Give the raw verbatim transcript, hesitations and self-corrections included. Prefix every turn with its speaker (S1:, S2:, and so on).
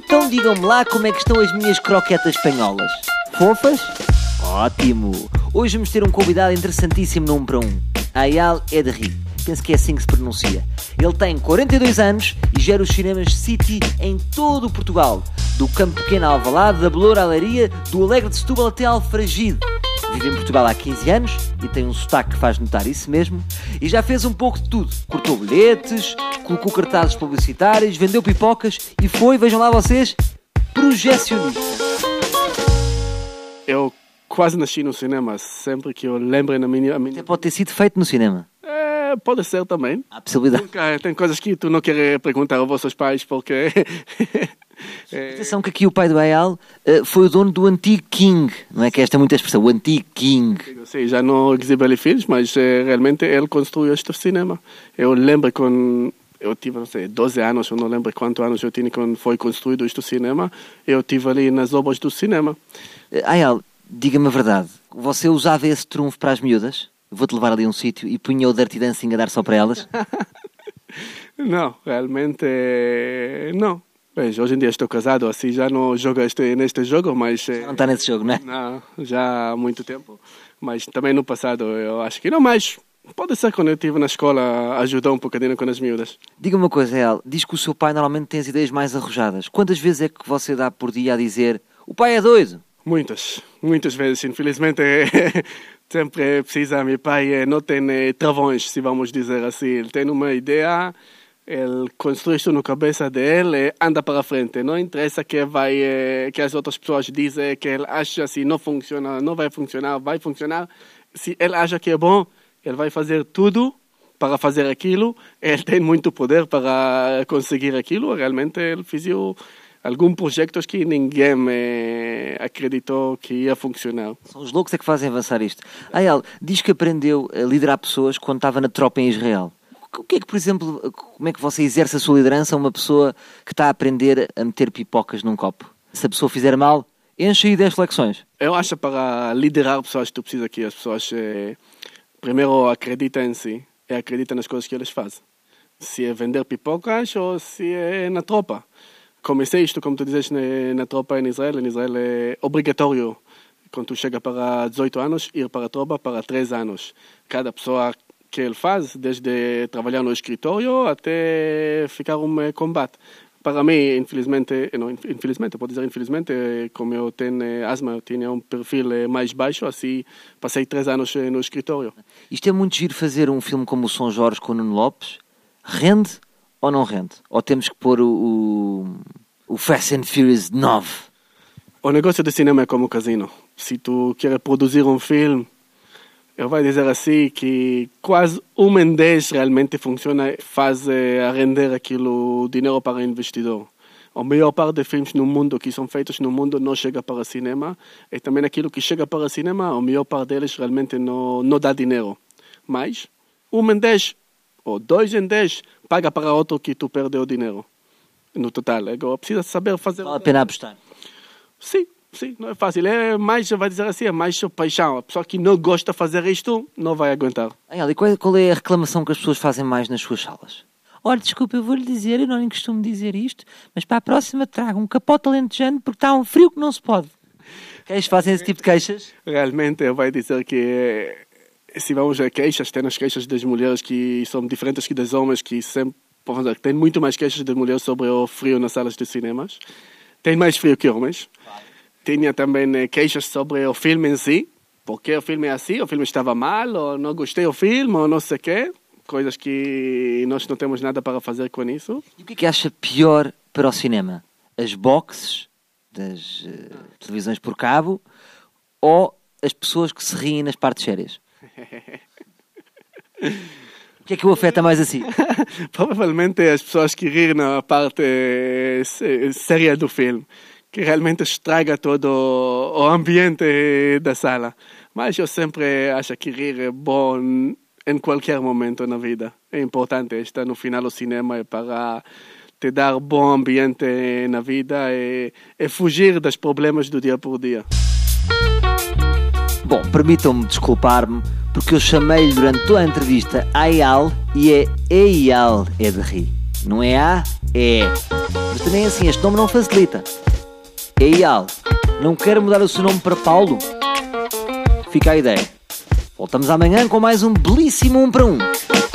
S1: Então digam-me lá como é que estão as minhas croquetas espanholas. Fofas? Ótimo! Hoje vamos ter um convidado interessantíssimo no um para um. Eyal Edrich. Penso que é assim que se pronuncia. Ele tem quarenta e dois anos e gera os cinemas City em todo o Portugal. Do Campo Pequeno a Alvalade, da Beloura à Leiria, do Alegre de Setúbal até Alfragide. Vive em Portugal há quinze anos e tem um sotaque que faz notar isso mesmo. E já fez um pouco de tudo. Cortou bilhetes, colocou cartazes publicitários, vendeu pipocas e foi, vejam lá vocês, projecionista.
S2: Eu quase nasci no cinema, sempre que eu lembro na minha... minha...
S1: Até pode ter sido feito no cinema.
S2: É, pode ser também.
S1: Há possibilidade.
S2: Nunca, tem coisas que tu não queres perguntar aos vossos pais porque...
S1: é... Atenção que aqui o pai do Eyal uh, foi o dono do antigo King, não é que esta é muita expressão, o antigo King.
S2: Sim, já não exibe ali filhos, mas é, realmente ele construiu este cinema. Eu lembro quando... Eu tive, não sei, doze anos, eu não lembro quantos anos eu tinha quando foi construído este cinema. Eu estive ali nas obras do cinema.
S1: Uh, Eyal, diga-me a verdade, você usava esse trunfo para as miúdas? Vou-te levar ali a um sítio e punha o Dirty Dancing a dar só para elas?
S2: Não, realmente não. Veja, hoje em dia estou casado, assim já não jogo este, neste jogo, mas...
S1: Já não está nesse jogo, não é?
S2: Não, já há muito tempo. Mas também no passado eu acho que não, mas pode ser quando eu estive na escola ajudou um bocadinho com as miúdas.
S1: Diga-me uma coisa, El, diz que o seu pai normalmente tem as ideias mais arrojadas. Quantas vezes é que você dá por dia a dizer o pai é doido?
S2: Muitas, muitas vezes. Infelizmente sempre precisa, meu pai não tem travões, se vamos dizer assim. Ele tem uma ideia... Ele construi isso na cabeça dele e anda para frente. Não interessa que, vai, que as outras pessoas dizem que ele acha assim, não funciona, não vai funcionar, vai funcionar. Se ele acha que é bom, ele vai fazer tudo para fazer aquilo. Ele tem muito poder para conseguir aquilo. Realmente ele fez alguns projetos que ninguém acreditou que ia funcionar.
S1: São os loucos é que fazem avançar isto. Eyal, diz que aprendeu a liderar pessoas quando estava na tropa em Israel. O que é que, por exemplo, como é que você exerce a sua liderança a uma pessoa que está a aprender a meter pipocas num copo? Se a pessoa fizer mal, enche aí dez flexões.
S2: Eu acho que para liderar pessoas, tu precisas que as pessoas eh, primeiro acreditem em si e acreditem nas coisas que eles fazem. Se é vender pipocas ou se é na tropa. Comecei isto, como tu dizes, na, na tropa em Israel. Em Israel é obrigatório, quando tu chega para dezoito anos, ir para a tropa para três anos. Cada pessoa que ele faz, desde trabalhar no escritório até ficar um combate. Para mim, infelizmente, não, infelizmente, pode dizer infelizmente, como eu tenho asma, eu tinha um perfil mais baixo, assim passei três anos no escritório.
S1: Isto é muito giro fazer um filme como o São Jorge com o Nuno Lopes. Rende ou não rende? Ou temos que pôr o, o, o Fast and Furious nove?
S2: O negócio do cinema é como o casino. Se tu queres produzir um filme, eu vou dizer assim que quase um em dez realmente funciona, faz a render aquilo dinheiro para o investidor. A maior parte de filmes no mundo que são feitos no mundo não chega para o cinema. E também aquilo que chega para o cinema, a maior parte deles realmente não, não dá dinheiro. Mas um em dez ou dois em dez paga para outro que tu perdeu o dinheiro. No total. Agora precisa saber fazer...
S1: Vale a pena apostar?
S2: Sim. Sim, não é fácil. É mais, vai dizer assim, é mais paixão. A pessoa que não gosta de fazer isto não vai aguentar.
S1: Eyal, e qual, qual é a reclamação que as pessoas fazem mais nas suas salas? Olha, desculpa, eu vou-lhe dizer, eu não costumo dizer isto, mas para a próxima traga um capote alentejano porque está um frio que não se pode. Queixas fazem esse tipo de queixas?
S2: Realmente, eu vou dizer que se vamos a queixas, tem as queixas das mulheres que são diferentes que das homens, que sempre, vamos dizer, tem muito mais queixas das mulheres sobre o frio nas salas de cinemas. Tem mais frio que homens. Tinha também queixas sobre o filme em si, porque o filme é assim, o filme estava mal, ou não gostei do filme, ou não sei o quê. Coisas que nós não temos nada para fazer com isso.
S1: E o que é que acha pior para o cinema? As boxes das uh, televisões por cabo ou as pessoas que se riem nas partes sérias? O que é que o afeta mais assim?
S2: Provavelmente as pessoas que riem na parte séria do filme, que realmente estraga todo o ambiente da sala. Mas eu sempre acho que rir é bom em qualquer momento na vida. É importante estar no final do cinema para te dar bom ambiente na vida e, e fugir dos problemas do dia por dia.
S1: Bom, permitam-me desculpar-me, porque eu chamei-lhe durante toda a entrevista Eyal e é Eyal Edrich. Não é A, É, mas também assim, este nome não facilita. Eyal, não quer mudar o seu nome para Paulo? Fica a ideia. Voltamos amanhã com mais um belíssimo um para um.